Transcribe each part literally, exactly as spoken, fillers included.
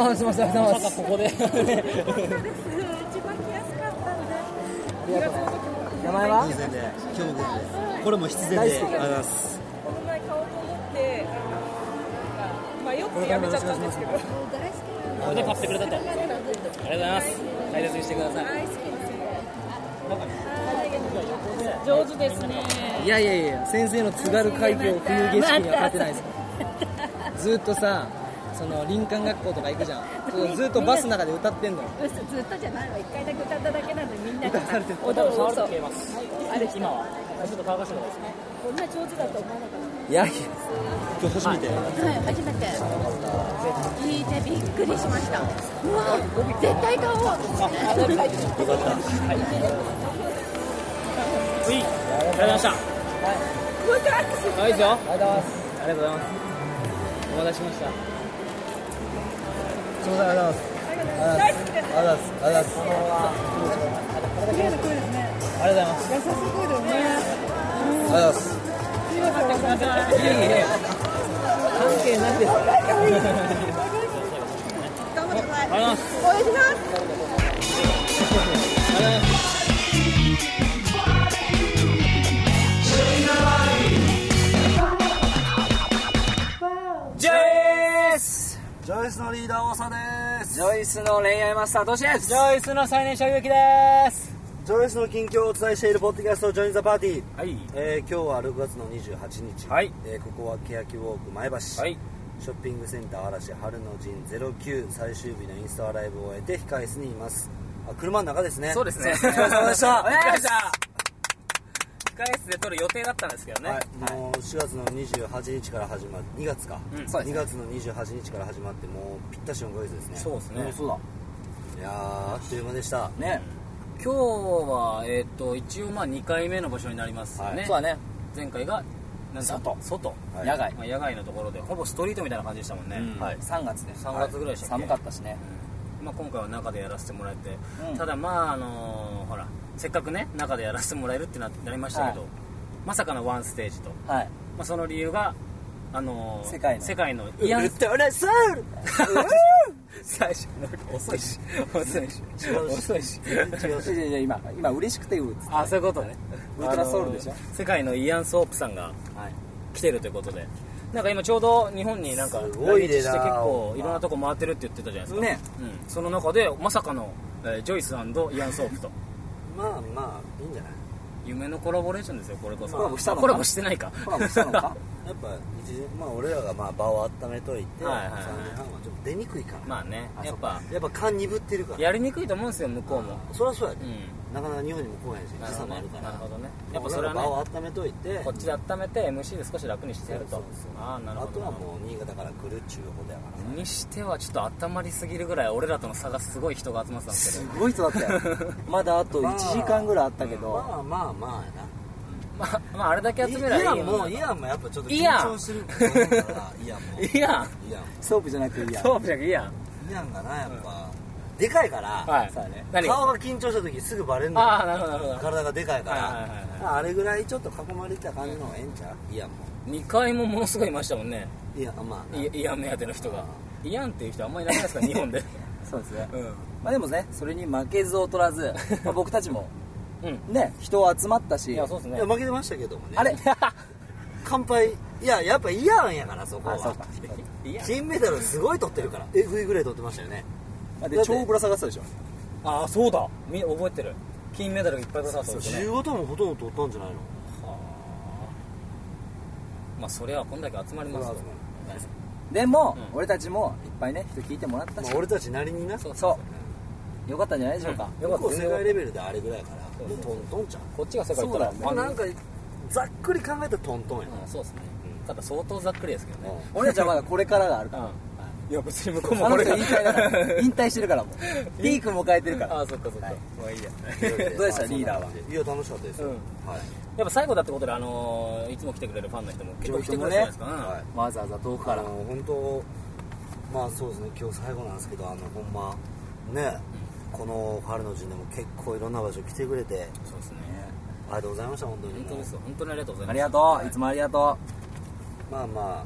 あ、すみません、まさかここで。 一番来やすかったんで。 名前は？ 偶然で、今日も偶然で。これも必然で。ありがとうございます。 この前買おうと思って、迷ってやめちゃったんですけど。 これで買ってくれたと。ありがとうございます。大切にしてください。 大好きです。上手ですね。 いやいやいや、先生の津軽海峡冬景色には勝てないです。ずっとさ、その林間学校とか行くじゃん。ずっとバスの中で歌ってんの。 ずっとじゃないわ、一回だけ歌っただけなんでみんな歌されてる。 踊るそう。 消えます。 あれ今はちょっと乾かしてください。 こんな上手だと思わなかった。 いやいや、 今日初めて。 はい、初めて。聞いてびっくりしました。うわ、絶対買おう。よかった。 はい。ありがとうございました。はい。いいですよ。ありがとうございます。ありがとうございます。お待たせしました。 すみません、ありがとうございます。 大好きです。 ありがとうございます。ありがとうございます。 綺麗な声ですね。 ありがとうございます。 優しい声だよね。 ありがとうございます。 すみません、お待たせしました。 いやいやいや、関係ないです。 頑張ってください。 ありがとうございます。 応援します。 ジョイスジョイスのリーダー大佐です。 ジョイスの恋愛マスタートシです。ジョイスの最年少ゆうきです。 ジョイスの近況をお伝えしているポッドキャストジョインザパーティー。 はい。 えー、今日はろくがつのにじゅうはちにち。 はい。 えー、ここは欅ウォーク前橋。 はい。 ショッピングセンター嵐春の陣ゼロきゅう最終日のインスタライブを終えて控え室にいます。あ、車の中ですね。 そうですね。 お疲れ様でした。 お疲れ様でした。控え室で撮る予定だったんですけどね。 はい。もうしがつのにじゅうはちにちから始まって、にがつか。 うん、そうですね。 にがつのにじゅうはちにちから始まってもうぴったしよんかげつですね。 そうですね。 うん、そうだ。いやー、あっという間でした。 ね。今日はえっ、ー、と一応まあにかいめの場所になりますよね。はい、そうだね。前回がなんだ外外、はい、野外、まあ、野外のところでほぼストリートみたいな感じでしたもんね。うん、はい。さんがつでさんがつぐらいでしたっけ、はい、寒かったしね。うん、まあ今回は中でやらせてもらえて、うん、ただまああのー、ほらせっかくね中でやらせてもらえるってななりましたけど、はい、まさかのワンステージと、はい、まあその理由があのー、世界の世界のイアンウルトラソウル最初の遅いし遅いし遅いし違う今今嬉しくて言うっつって、あ、そういうことね。ウルトラソウルでしょ。世界のイアン・ソープさんが来てるということで、なんか今ちょうど日本になんか来日して結構いろんなとこ回ってるって言ってたじゃないですかね。うん、その中でまさかの、えー、ジョイス&イアン・ソープとまあまあいいんじゃない。 夢のコラボレーションですよこれこそ。 コラボしたのか。 コラボしてないか。コラボしたのか。 やっぱまあ俺らがまあ場を温めといて、はいはいはい、さんじはんはちょっと出にくいから。 まあね、やっぱやっぱ勘鈍ってるから。やりにくいと思うんですよ向こうも。 そりゃそうやで、うん。なかなか日本にも来ないし時差もあるから。なるほどね。やっぱそれはね、場を温めといて、 こっちで温めて エムシー で少し楽にしてやると。ああなるほど。 あとはもう新潟から来るっちゅうことやから。 にしてはちょっと温まりすぎるぐらい俺らとの差がすごい人が集まってたんですけど。 すごい人だったよ。まだあといちじかんぐらいあったけど。まあまあまあやな。 まあ、まああれだけ集めらいいよ。 イアンもイアンもやっぱちょっと緊張してるからイアンもイアンソープじゃなくてイアンソープじゃなくてイアンイアンがなやっぱでかいから、はい、顔が緊張した時すぐバレるの。 ああなるほどなるほど。 体がでかいから、はいはいはいはい、あれぐらいちょっと囲まれた感じの方がええんちゃう。イアンもにかいもものすごいいましたもんね。 イアン、まあ、 イ, イアン目当ての人が。イアンっていう人あんまりいなくないですか日本で。 そうですね、うん、まあでもねそれに負けず劣らず、まあ、僕たちもうん、ね、人集まったし。 いや、そうですね。 いや、負けてましたけどもね。 あれ乾杯。いや、やっぱイアンやから、そこは。金メダルすごい取ってるから。エフ ぐらい取ってましたよね。 で、超ぶら下がってたでしょ。 ああ、そうだ。み覚えてる。金メダルいっぱいぶら下がってた。 じゅうごともほとんど取ったんじゃないの。はあ。まあ、それはこんだけ集まりますよ。 でも、うん、俺たちもいっぱいね、人聞いてもらったし。 まあ、俺たちなりにな。 そう。そうよかったんじゃないでしょうか。 うん、よかった。世界レベルであれぐらいから。トントンちゃん。 こっちが世界行ったら、 まあなんかざっくり考えたらトントンやな。 そうですね。ただ相当ざっくりですけどね。 俺たちはまだこれからがあるから。 いや別に向こうもこれから引退だから引退してるからもう。ピーク迎えてるから。 ああそっかそっか。まあいいや。 どうでしたリーダーは。 いや楽しかったですよ。はい。 やっぱ最後だってことであのいつも来てくれるファンの人も結構来てくれるじゃないですか。 わざわざ遠くから。 本当まあそうですね今日最後なんですけどあのほんまね。この春の陣でも結構いろんな場所来てくれてそうですねありがとうございました本当に本当ですよ本当にありがとうございますありがとういつもありがとうまあまあ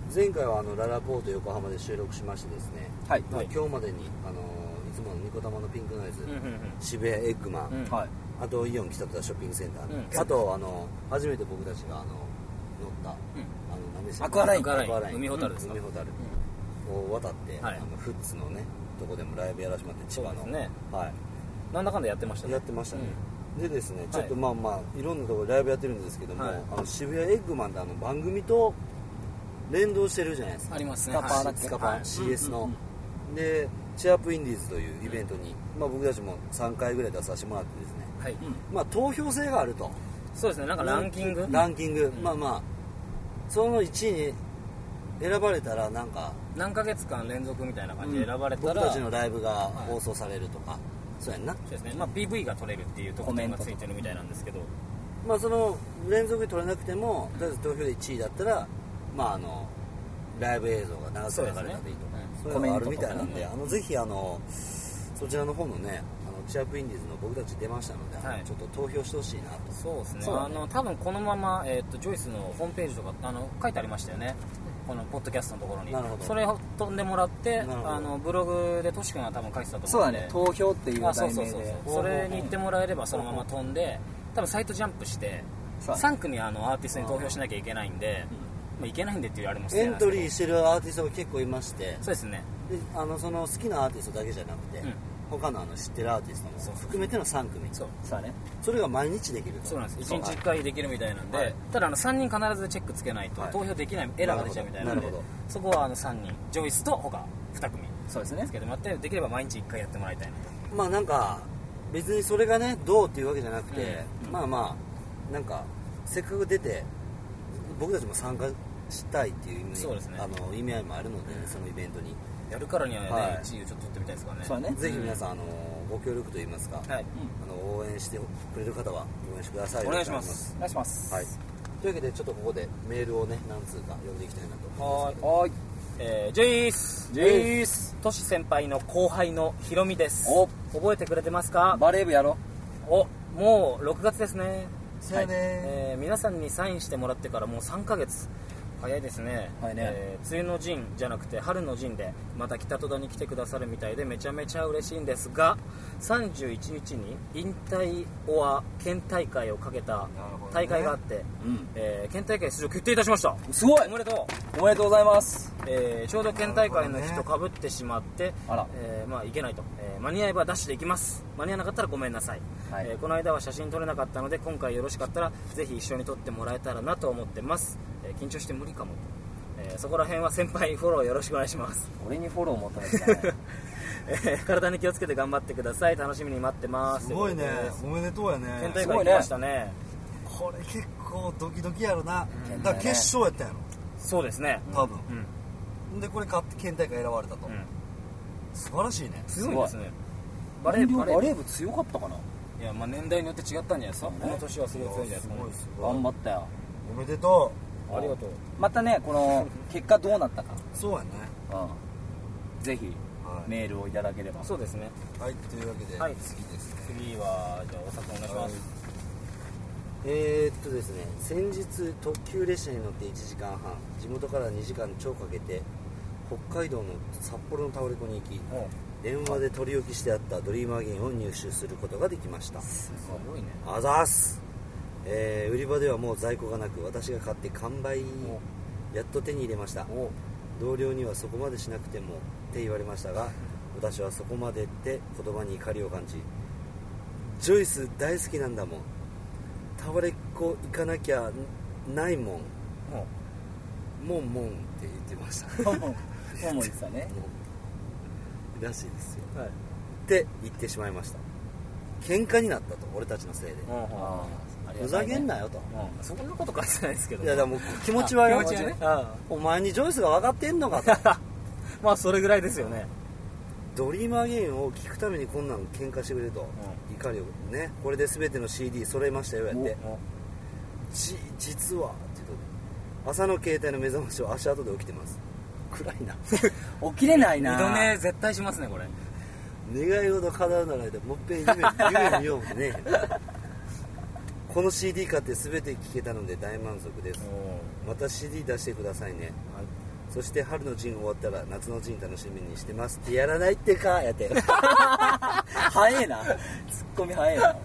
前回はあのララポート横浜で収録しましてですね、 はい、 まあ、今日までにあのいつものニコタマのピンクノイズ、うんうんうん、渋谷エッグマン、うん、はい、あとイオン北戸田ショッピングセンター、うん、あとあの初めて僕たちがあの乗った、うん、あの何でしたっけ、 アクアライン、 アクアライン海ほたるですか、 海ほたるを渡って、はい、あのフッツのねとこでもライブやらせてもらって千葉の、 ね、 はい、 なんだかんだやってましたね。 やってましたね、うん、でですね、ちょっとまあまあいろんなところでライブやってるんですけども、はい、あの渋谷エッグマンってあの番組と連動してるじゃないですか。 ありますね。 スカパーだっけ、スカパー、はい、シーエス の、うんうんうん、でチェアップインディーズというイベントに、まあ、僕たちもさんかいぐらい出させてもらってですね、はい、まあ投票制があると。 そうですね、なんかランキングランキング、うん、まあまあそのいちいに選ばれたらなんか何ヶ月間連続みたいな感じで選ばれたら、うん、 僕たちのライブが放送されるとか、はい、そうやんな。 そうですね、まあ ピーブイ が撮れるっていう特典がついてるみたいなんですけど、 まあその連続で撮れなくてもとりあえず投票でいちいだったら、まああのライブ映像が長く流れたでいいとか、そういうのがあるみたいなんで、あのぜひあのそちらの方のね、あのチアップインディーズの僕たち出ましたので、はい、ちょっと投票してほしいなと。 そうですね、あの多分このまま、えー、とジョイスのホームページとかあの書いてありましたよね、このポッドキャストのところに。それを飛んでもらって、あのブログでトシ君が多分書いてたと思うんで、 そうだね、投票っていう題名で、 そうそうそうそう、それに行ってもらえればそのまま飛んで、多分サイトジャンプしてさん組あのアーティストに投票しなきゃいけないんで、まあ、いけないんでっていうあれもエントリーしてるアーティストが結構いまして、 そうですね、 であのその好きなアーティストだけじゃなくて、うん、他のあの知ってるアーティストも含めてのさん組、 そうそうね、 それが毎日できると。 そうなんです、いちにちいっかいできるみたいなんで、はい、ただあのさんにん必ずチェックつけないと投票できない、エラーが出ちゃうみたいなんで、そこはあのさんにんジョイスと他に組そうですね、 つけてもらって、できれば毎日いっかいやってもらいたいなと。 まあなんか別にそれがねどうっていうわけじゃなくて、うん、まあまあなんかせっかく出て僕たちも参加したいっていう意味、そうですね、あの意味合いもあるので、ね、そのイベントにやるからにはね、はい、いちいをちょっと取ってみたいですからね。 そうね、ぜひ皆さんあのご協力といいますか、はい、あの応援してくれる方は応援してください。 お願いします。 お願いします。 はい。というわけでちょっとここでメールをね何通か読んでいきたいなと思います。 はい。えー、ジェイスジェイストシ先輩の後輩のヒロミです。お、覚えてくれてますか？ バレー部やろ。 お、もうろくがつですね。 そうやね、はい、 えー、皆さんにサインしてもらってからもうさんかげつ。早いですね、はいね、えー、梅雨の陣じゃなくて春の陣でまた北戸田に来てくださるみたいでめちゃめちゃ嬉しいんですが、さんじゅういちにちに引退オア県大会をかけた大会があって、ね、うん、えー、県大会出場決定いたしました。 すごい、 おめでとうおめでとうございます。 えー、ちょうど県大会の日とかぶってしまって、あら、えー、まあいけないと、えー、間に合えばダッシュで行きます。間に合わなかったらごめんなさい、はい、えー、この間は写真撮れなかったので今回よろしかったらぜひ一緒に撮ってもらえたらなと思ってます、えー、緊張して無理かも、えー、そこら辺は先輩フォローよろしくお願いします。 俺にフォロー求めてたねえー、体に気をつけて頑張ってください。楽しみに待ってます。 すごいね、おめでとうやね。 県大会行きましたね。 これ結構ドキドキやろな、うん、だから決勝やったんやろ。 そうですね、 多分、うん、でこれ勝って県大会選ばれたと、うん、素晴らしいね。 すごいですね。 バレー部バレー部強かったかな。 いや、まあ年代によって違ったんじゃないですか、ね、この年はすごい強いんじゃないですか、ね、 すごい頑張ったよ。 おめでとう。ありがとう。 またね、この結果どうなったかそうやね、 うん、ぜひメールをいただければ。 そうですね。 はい、というわけで、はい、次ですね。 次はじゃあお酒お願いします。はい、 えー、っとですね、先日特急列車に乗っていちじかんはん、地元からにじかん超かけて北海道の札幌のタワレコに行き、電話で取り置きしてあったドリームアゲインを入手することができました。 すごいね。 あざーす。えー、売り場ではもう在庫がなく私が買って完売、やっと手に入れました。同僚にはそこまでしなくてもって言われましたが、私はそこまでって言葉に怒りを感じ、ジョイス大好きなんだもん、タワレコ行かなきゃないもん、もんもんって言ってましたもんもん言ってたねらしいですよ、はい、って言ってしまいました。喧嘩になったと、俺たちのせいで。ふざけんなよと、 うん、そんなこと書いてないですけど、 いやでも気持ちはよ、 気持ちはね、 お前にジョイスが分かってんのかとまあそれぐらいですよね。 ドリームアゲインを聴くためにこんなん喧嘩してくれると、うん、怒りをね、これで全ての シーディー 揃えましたよやって、じ実はって言うと、朝の携帯の目覚ましを足跡で起きてます。暗いな起きれないな。 二度寝絶対しますねこれ。 願い事叶うならでもっぺん夢夢見ようねこの シーディー 買って全て聴けたので大満足です。また シーディー 出してくださいね。 そして春の陣終わったら夏の陣楽しみにしてますってやらないってかやって早えなツッコミ早えな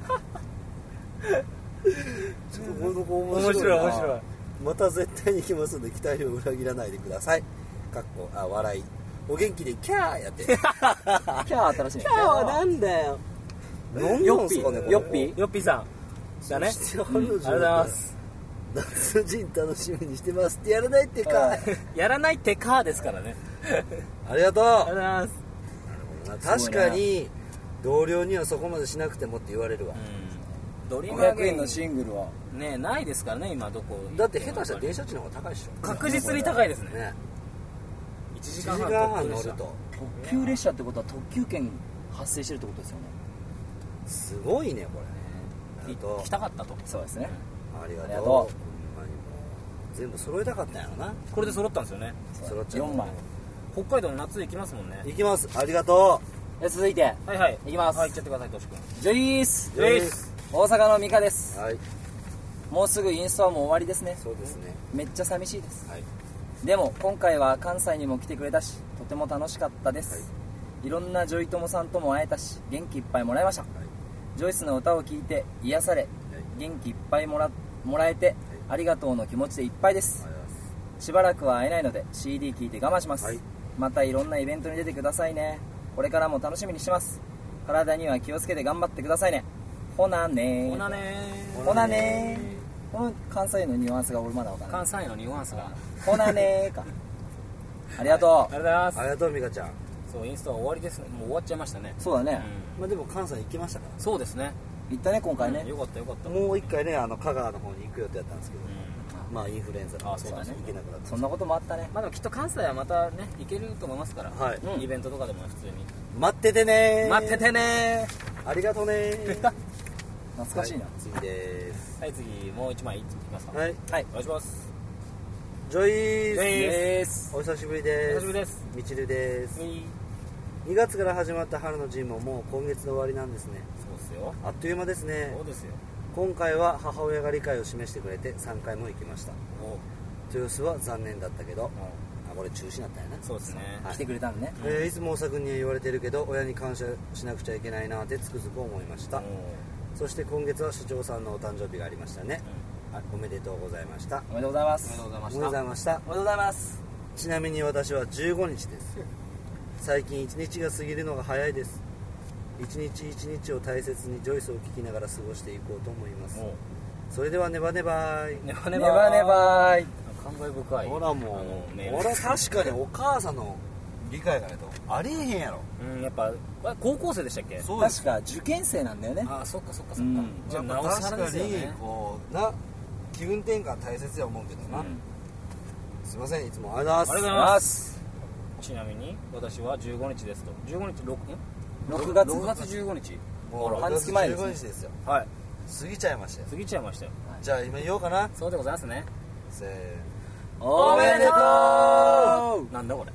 ちょっとこの子面白いな。面白い面白い。また絶対に行きますので期待を裏切らないでください。かっこあ笑い。お元気でキャーやってキャー新しいね。 キャーはなんだよ。 ヨッピーヨッピーヨッピーさんだね。 ありがとうございます。夏の陣楽しみにしてますってやらないってかやらないってかですからね。 ありがとう。 ありがとうございます。 なるほどな。確かに同僚にはそこまでしなくてもって言われるわ。 ドリームごひゃくえんのシングルはねないですからね今どこ。 だって下手したら電車賃の方が高いでしょ。 確実に高いですね。 ねいちじいちじかんはん乗ると特急列車ってことは特急券発生してるってことですよね。 すごいねこれ。 来たかったと。 そうですね。 ありがとう。 ほんまにもう全部揃えたかったんやろな。 これで揃ったんですよね。 揃っちゃう。 よんまい。 北海道の夏行きますもんね。 行きます。ありがとう。続いてはいはい行きます。 はい行っちゃってくださいトシ君。 ジョイースジョイース大阪のミカです。 はい。 もうすぐインストはもう終わりですね。 そうですね。 めっちゃ寂しいです。 はい。 でも今回は関西にも来てくれたしとても楽しかったです、はい、いろんなジョイトモさんとも会えたし元気いっぱいもらいました、はい、ジョイスの歌を聴いて癒され、はい、元気いっぱいもら、もらえて、はい、ありがとうの気持ちでいっぱいです、はい、しばらくは会えないので シーディー 聴いて我慢します、はい、またいろんなイベントに出てくださいね。これからも楽しみにしてます。体には気をつけて頑張ってくださいね。ほなねーほなねーほなねー。この関西のニュアンスが俺まだ分からない。 関西のニュアンスがほなねーかありがとう、はい、 ありがとうございます。 ありがとうミカちゃん。 そうインスタは終わりですね。もう終わっちゃいましたね。 そうだね、 うん、まあでも関西行きましたから。 そうですね行ったね今回ね、 うん、よかったよかった。 もう一回ねあの香川の方に行く予定だったんですけど、うん、まあインフルエンザのあそうだね行けなくなった。 そんなこともあったね。 まあでもきっと関西はまたね行けると思いますから、 はい、 うん、イベントとかでも普通に待っててねー待っててねーありがとうねー懐かしいな、 はい、次でーす。 はい次もう一枚いきますか。 はい、 はい、お願いします。 ジョイースです。 お久しぶりです。 お久しぶりです。 みちるです。 はい、 にがつから始まった春の陣ももう今月の終わりなんですね。 そうですよ。 あっという間ですね。 そうですよ。 今回は母親が理解を示してくれてさんかいも行きました。豊洲は残念だったけど、あこれ中止になったんやな。 そうですね、 はい、来てくれたんね、 えー、いつも大阪には言われてるけど親に感謝しなくちゃいけないなってつくづく思いました。そして今月は市長さんのお誕生日がありましたね、うん、おめでとうございました。 おめでとうございます。 おめでとうございました。 おめでとうございました。 おめでとうございます。 ちなみに私はじゅうごにちです。最近いちにちが過ぎるのが早いです。一日一日を大切にジョイスを聴きながら過ごしていこうと思います。それではネバネバーイ。 ネバネバネバーイ。 感慨深い。 ほらもう俺確かにお母さんの理解がないとありえへんやろ。 うんやっぱ高校生でしたっけ。 そう確か受験生なんだよね。 あそっかそっかそっか、うん、じゃあなおさらですよね。 確かにこうな気分転換大切や思うけどな、うん、すいませんいつもありがとうございます。 ちなみに私はじゅうごにちですと。じゅうごにちろくがつろくがつじゅうごにちもう半月前ですね。じゅうごにちですよ。 はい過ぎちゃいましたよ。 過ぎちゃいましたよ。 じゃあ今言おうかな。 そうでございますね。 せーおめでとう。 なんだこれ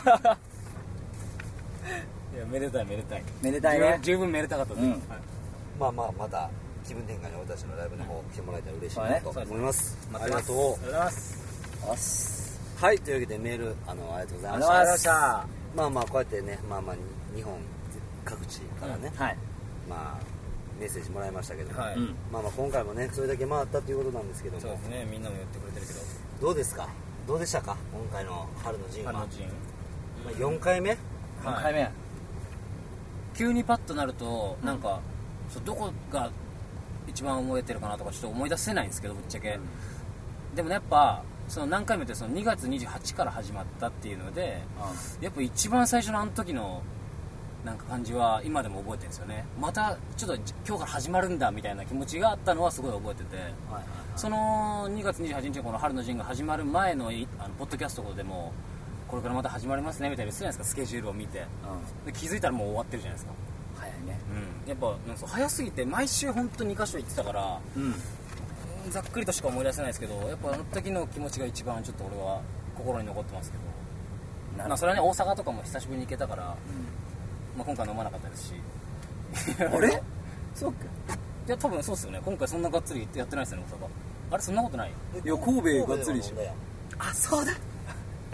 いやめでたいめでたいめでたいね。 十分めでたかったです、うんはい、 まあまあまた気分転換に俺たちのライブの方来てもらえたら嬉しいなと思います、ね、 ありがとう。ありがとうございますはいというわけでメールあのありがとうございました。 ありがとうございました。 まあまあこうやってねまあまあ日本各地からね、うん、はいまあメッセージもらいましたけど、はい、まあまあ今回もねそれだけ回ったということなんですけども。 そうですねみんなも言ってくれてるけどどうですかどうでしたか今回の春の陣は。 春の陣、 まあ、よんかいめ、 よんかいめ急にパッとなるとなんか、うん、どこが一番覚えてるかなとかちょっと思い出せないんですけどぶっちゃけ、うん、でもねやっぱその何回目ってそのにがつにじゅうはちから始まったっていうので、うん、やっぱ一番最初のあの時のなんか感じは今でも覚えてるんですよね。またちょっと今日から始まるんだみたいな気持ちがあったのはすごい覚えてて、はいはいはい、そのにがつにじゅうはちにちのこの春の陣が始まる前のあのポッドキャストでもこれからまた始まりますねみたいにするじゃないですかスケジュールを見て、うん、で気づいたらもう終わってるじゃないですか。 早いね、 うん、やっぱなんか早すぎて毎週本当ににかしょ行ってたから、うん、ざっくりとしか思い出せないですけどやっぱあの時の気持ちが一番ちょっと俺は心に残ってますけど、まあ、それはね大阪とかも久しぶりに行けたから、うんまあ、今回飲まなかったですしあれそうかいや多分そうっすよね。今回そんながっつりやってないですよね大阪。あれそんなことない。 いや神戸がっつりしょ。 あそうだ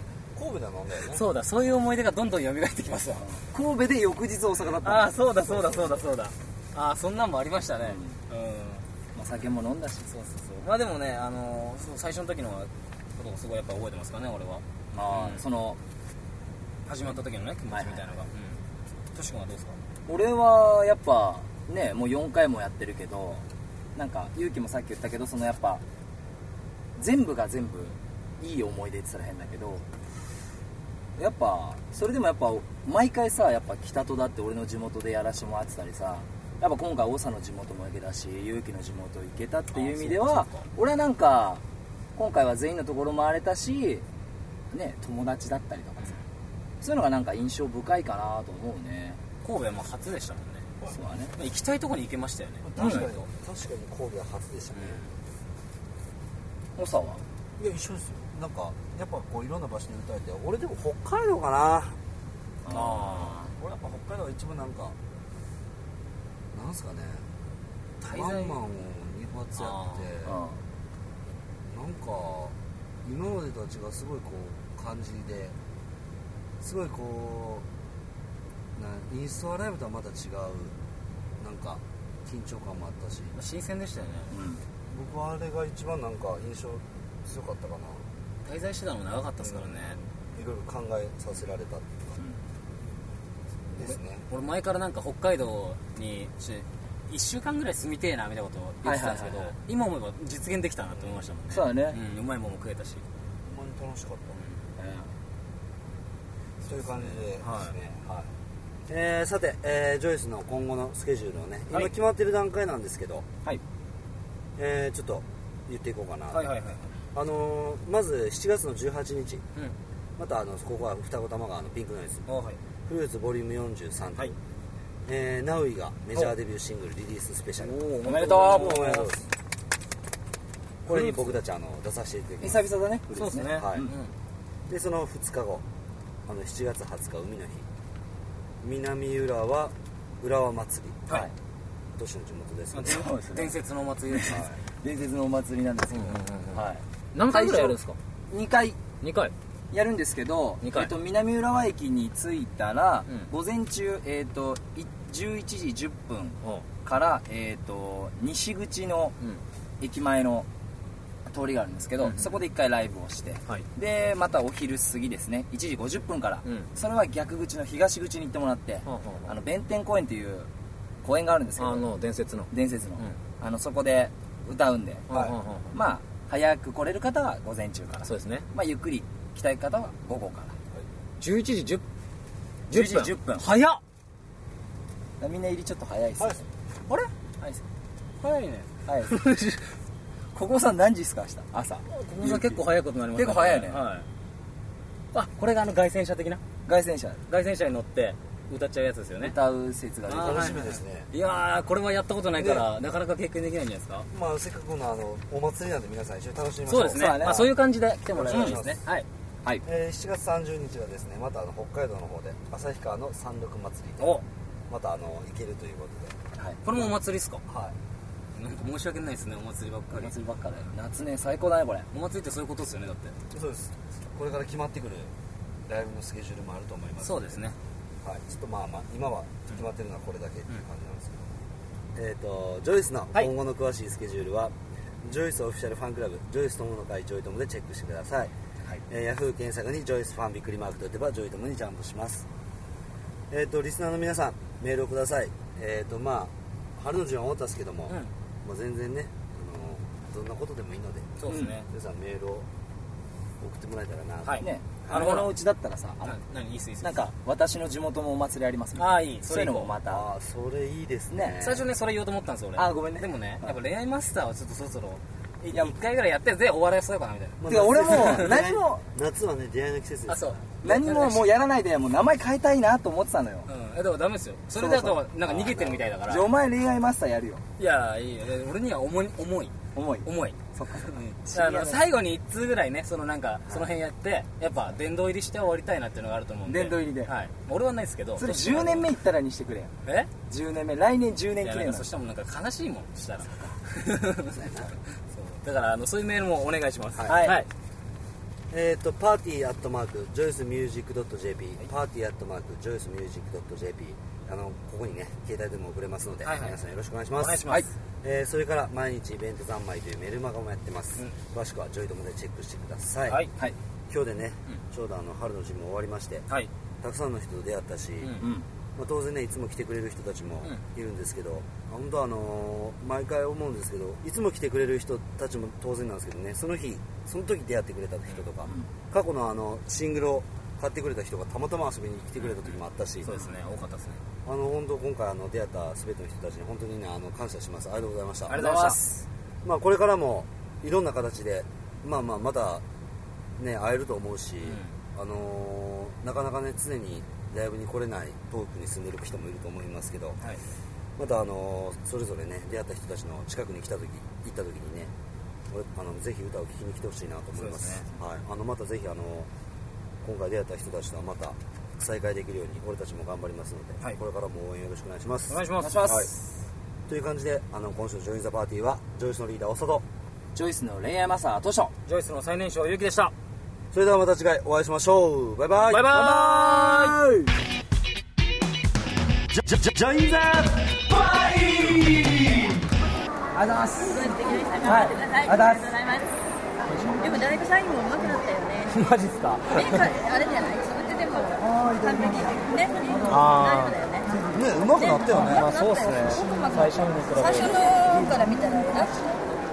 神戸で飲んだよね。 そうだ、そういう思い出がどんどん蘇ってきますわ。 神戸で翌日大阪だった。 ああ、そうだそうだそうだそうだ。ああ、そんなんもありましたね。うん、うん、 まあ、酒も飲んだし。 そうそうそう。まあでもね、あのー、最初の時のことをすごいやっぱ覚えてますかね、俺は。 ああ、うん、その始まった時のね、気持ちみたいなのが。はいはい、うん。トシ君はどうですか？ 俺はやっぱね、もうよんかいもやってるけど、なんか勇気もさっき言ったけど、そのやっぱ全部が全部いい思い出って言ったら変だけど、やっぱそれでもやっぱ毎回さ、やっぱ北戸だって俺の地元でやらしてもらってたりさ、やっぱ今回長の地元も行けたし、勇気の地元行けたっていう意味では、俺はなんか今回は全員のところ回れたしね、友達だったりとかさ、そういうのがなんか印象深いかなと思うね。 神戸はもう初でしたもんね。 そうだね。 行きたいところに行けましたよね。 確かに、確かに神戸は初でしたね。 長さは？ いや、一緒ですよ。なんかやっぱこういろんな場所に歌えて、俺でも北海道かな。ああ、俺やっぱ北海道が一番なんかなんすかね、ワンマンをに発やって、なんか今までとは違うすごいこう感じで、すごいこうなインストアライブとはまた違うなんか緊張感もあったし、 新鮮でしたよね。 うん、僕はあれが一番なんか印象強かったかな。 滞在してたのも長かったですからね、 うん、いろいろ考えさせられたっていうか、うん、ですね。 俺前からなんか北海道にいっしゅうかんぐらい住みてえなみたいなことを言ってたんですけど、はいはいはいはい、今思えば実現できたなと思いましたもんね。 そうだね、 うん、うまいもんも食えたし、 ほんまに楽しかった、うん、えー、そういう感じでですね、はいはい、えー、さて、えー、ジョイスの今後のスケジュールをね、今決まってる段階なんですけど、はい、えー、ちょっと言っていこうかな。はいはいはい。あのー、まずしちがつのじゅうはちにち、うん、またあのここは二子玉川のピンクノイズ、はい、フルーツボリュームよんじゅうさんという、はい、えー、ナウイがメジャーデビューシングルリリーススペシャル。 おめでとう。おめでとうございます。 これに僕たちあの出させていただきます。 久々だね。 そうですね、はい、うん、でそのふつかご、あのしちがつはつか海の日、南浦和浦和祭り、はい、都市の地元ですけど、 そうですね、伝説のお祭りです、はい、 伝説のお祭りなんですけど、うんうんうん、はい、 何回ぐらいやるんですか？ にかいにかいやるんですけど、えっと、南浦和駅に着いたら、うん、午前中、えっと、じゅういちじじゅっぷんから、えっと、西口の駅前の通りがあるんですけど、うん、そこでいっかいライブをして、はい、でまたお昼過ぎですね、いちじごじゅっぷんから、うん、それは逆口の東口に行ってもらって、うん、あの弁天公園という公園があるんですけど、 あの伝説の伝説の、うん、あのそこで歌うんで、はい、まあ早く来れる方は午前中から、 そうですね、 まあ、ゆっくり来たい方は午後から、はい、 じゅういちじじゅっぷん、 じゅういちじじゅっぷん、 早っ。 みんな入りちょっと早いです、ね、 あれ早いです、 早いね、 早いですここさん何時ですか？明日朝。 ここさん結構早いことになりますね。 結構早いね、 はい、あ、これがあの凱旋車的な凱旋車凱旋車に乗って歌っちゃうやつですよね。 歌う説が楽しみですね。 いやー、これはやったことないから、なかなか経験できないんじゃないですか。 まあせっかくのあのお祭りなんで皆さん一緒に楽しみましょう。 そうですね、まあ、そういう感じで来てもらえるんですね。はい、はい、 えー、しちがつさんじゅうにちはですね、またあの北海道の方で旭川の山麓祭りでまたあの行けるということで、はい、 これもお祭りですか？ はい、 なんか申し訳ないですね、お祭りばっかり。 お祭りばっかり。夏ね、最高だねこれ。 お祭りってそういうことですよね、だって。 そうです。これから決まってくるライブのスケジュールもあると思います。 そうですね、 はい、ちょっとまあまあ今は決まってるのはこれだけっていう感じなんですけど、うん、えっ、ー、とジョイスの今後の詳しいスケジュールは、はい、ジョイスオフィシャルファンクラブジョイス友の会ジョイ友でチェックしてください。はい、えー、ヤフー検索にジョイスファンびっくりマークと打てばジョイ友にジャンプします。えっ、ー、とリスナーの皆さんメールをください。えっ、ー、とまあ春の順は終わったんですけども、うん、もう全然ね、あのどんなことでもいいので、 そうですね、 皆さんメールを送ってもらえたらなと。 はいね、あのこのうちだったらさ、 あ、何いいっすいいっす、 なんか私の地元もお祭りありますもん。 ああ、いい、 そういうのもまた、 ああ、それいいですね。 最初ねそれ言おうと思ったんですよ俺。 あ、ごめんね。 でもね、やっぱ恋愛マスターはちょっとそろそろいやいっかいぐらいやってで終わらせようかなみたいな。 まあ、てか俺も何も夏はね出会いの季節です。 あ、そう。 何ももうやらないでもう名前変えたいなと思ってたのよ。 うん。え、でもダメですよ。それだとなんか逃げてるみたいだから。 じゃあお前恋愛マスターやるよ。 いやいいよ。俺には重い重い重い重い。 そっか。 あの最後にいっつうぐらいね、そのなんかその辺やってやっぱ殿堂入りして終わりたいなっていうのがあると思うんで。 殿堂入りで。 はい。俺はないですけど。 それじゅうねんめいったらにしてくれよ。 え？ じゅうねんめ、来年じゅうねん記念。 そしたらもうなんか悲しいもんしたら。そうだからあのそういうメールもお願いします。 はい。はい、 えっとパーティーアットマークジョイスミュージックドットジェーピー、パーティーアットマークジョイスミュージックドットジェーピー、あのここにね携帯でも送れますので、はいはい、皆さんよろしくお願いします。お願いします。はい、えー、それから毎日イベント三昧というメルマガもやってます、うん、詳しくはジョイトモでチェックしてください。はい、はい、今日でね、うん、ちょうどあの春の陣も終わりまして、はい、たくさんの人と出会ったし、うんうん、まあ、当然ねいつも来てくれる人たちもいるんですけど、うん、本当はあのー、毎回思うんですけど、いつも来てくれる人たちも当然なんですけどね、その日その時出会ってくれた人とか、うん、過去のあのシングルを買ってくれた人がたまたま遊びに来てくれた時もあったし、 そうですね、多かったですね。 あの本当今回あの出会った全ての人たちに本当にねあの感謝します。ありがとうございました。 ありがとうございます。 まあこれからもいろんな形でまあまあまたね会えると思うし、うん、あのー、なかなかね常にライブに来れない遠くに住んでる人もいると思いますけど、はい、またあのー、それぞれね出会った人たちの近くに来た時行った時にね、あのぜひ歌を聴きに来てほしいなと思います。ね、はい、あのまたぜひあの今回出会った人たちとはまた再会できるように俺たちも頑張りますので、はい、これからも応援よろしくお願いします。 お願いします。 はい、という感じであの今週のジョインザパーティーはジョイスのリーダー長とジョイスの恋愛マスタートショ、 ジョイスの最年少ゆうきでした。 それではまた次回お会いしましょう。バイバイバイバイ。 ジョジョインザパーティー。 ありがとうございます。 すごい素敵でした。頑張ってください。ありがとうございます。でもだいぶサインも上手くなったよね。 マジっすか。 目かあれじゃない。それででも完璧ね。ああ。大丈夫だよね。 ね、上手くなったよね。 まあそうっすね。 最初のから見たらラッシュ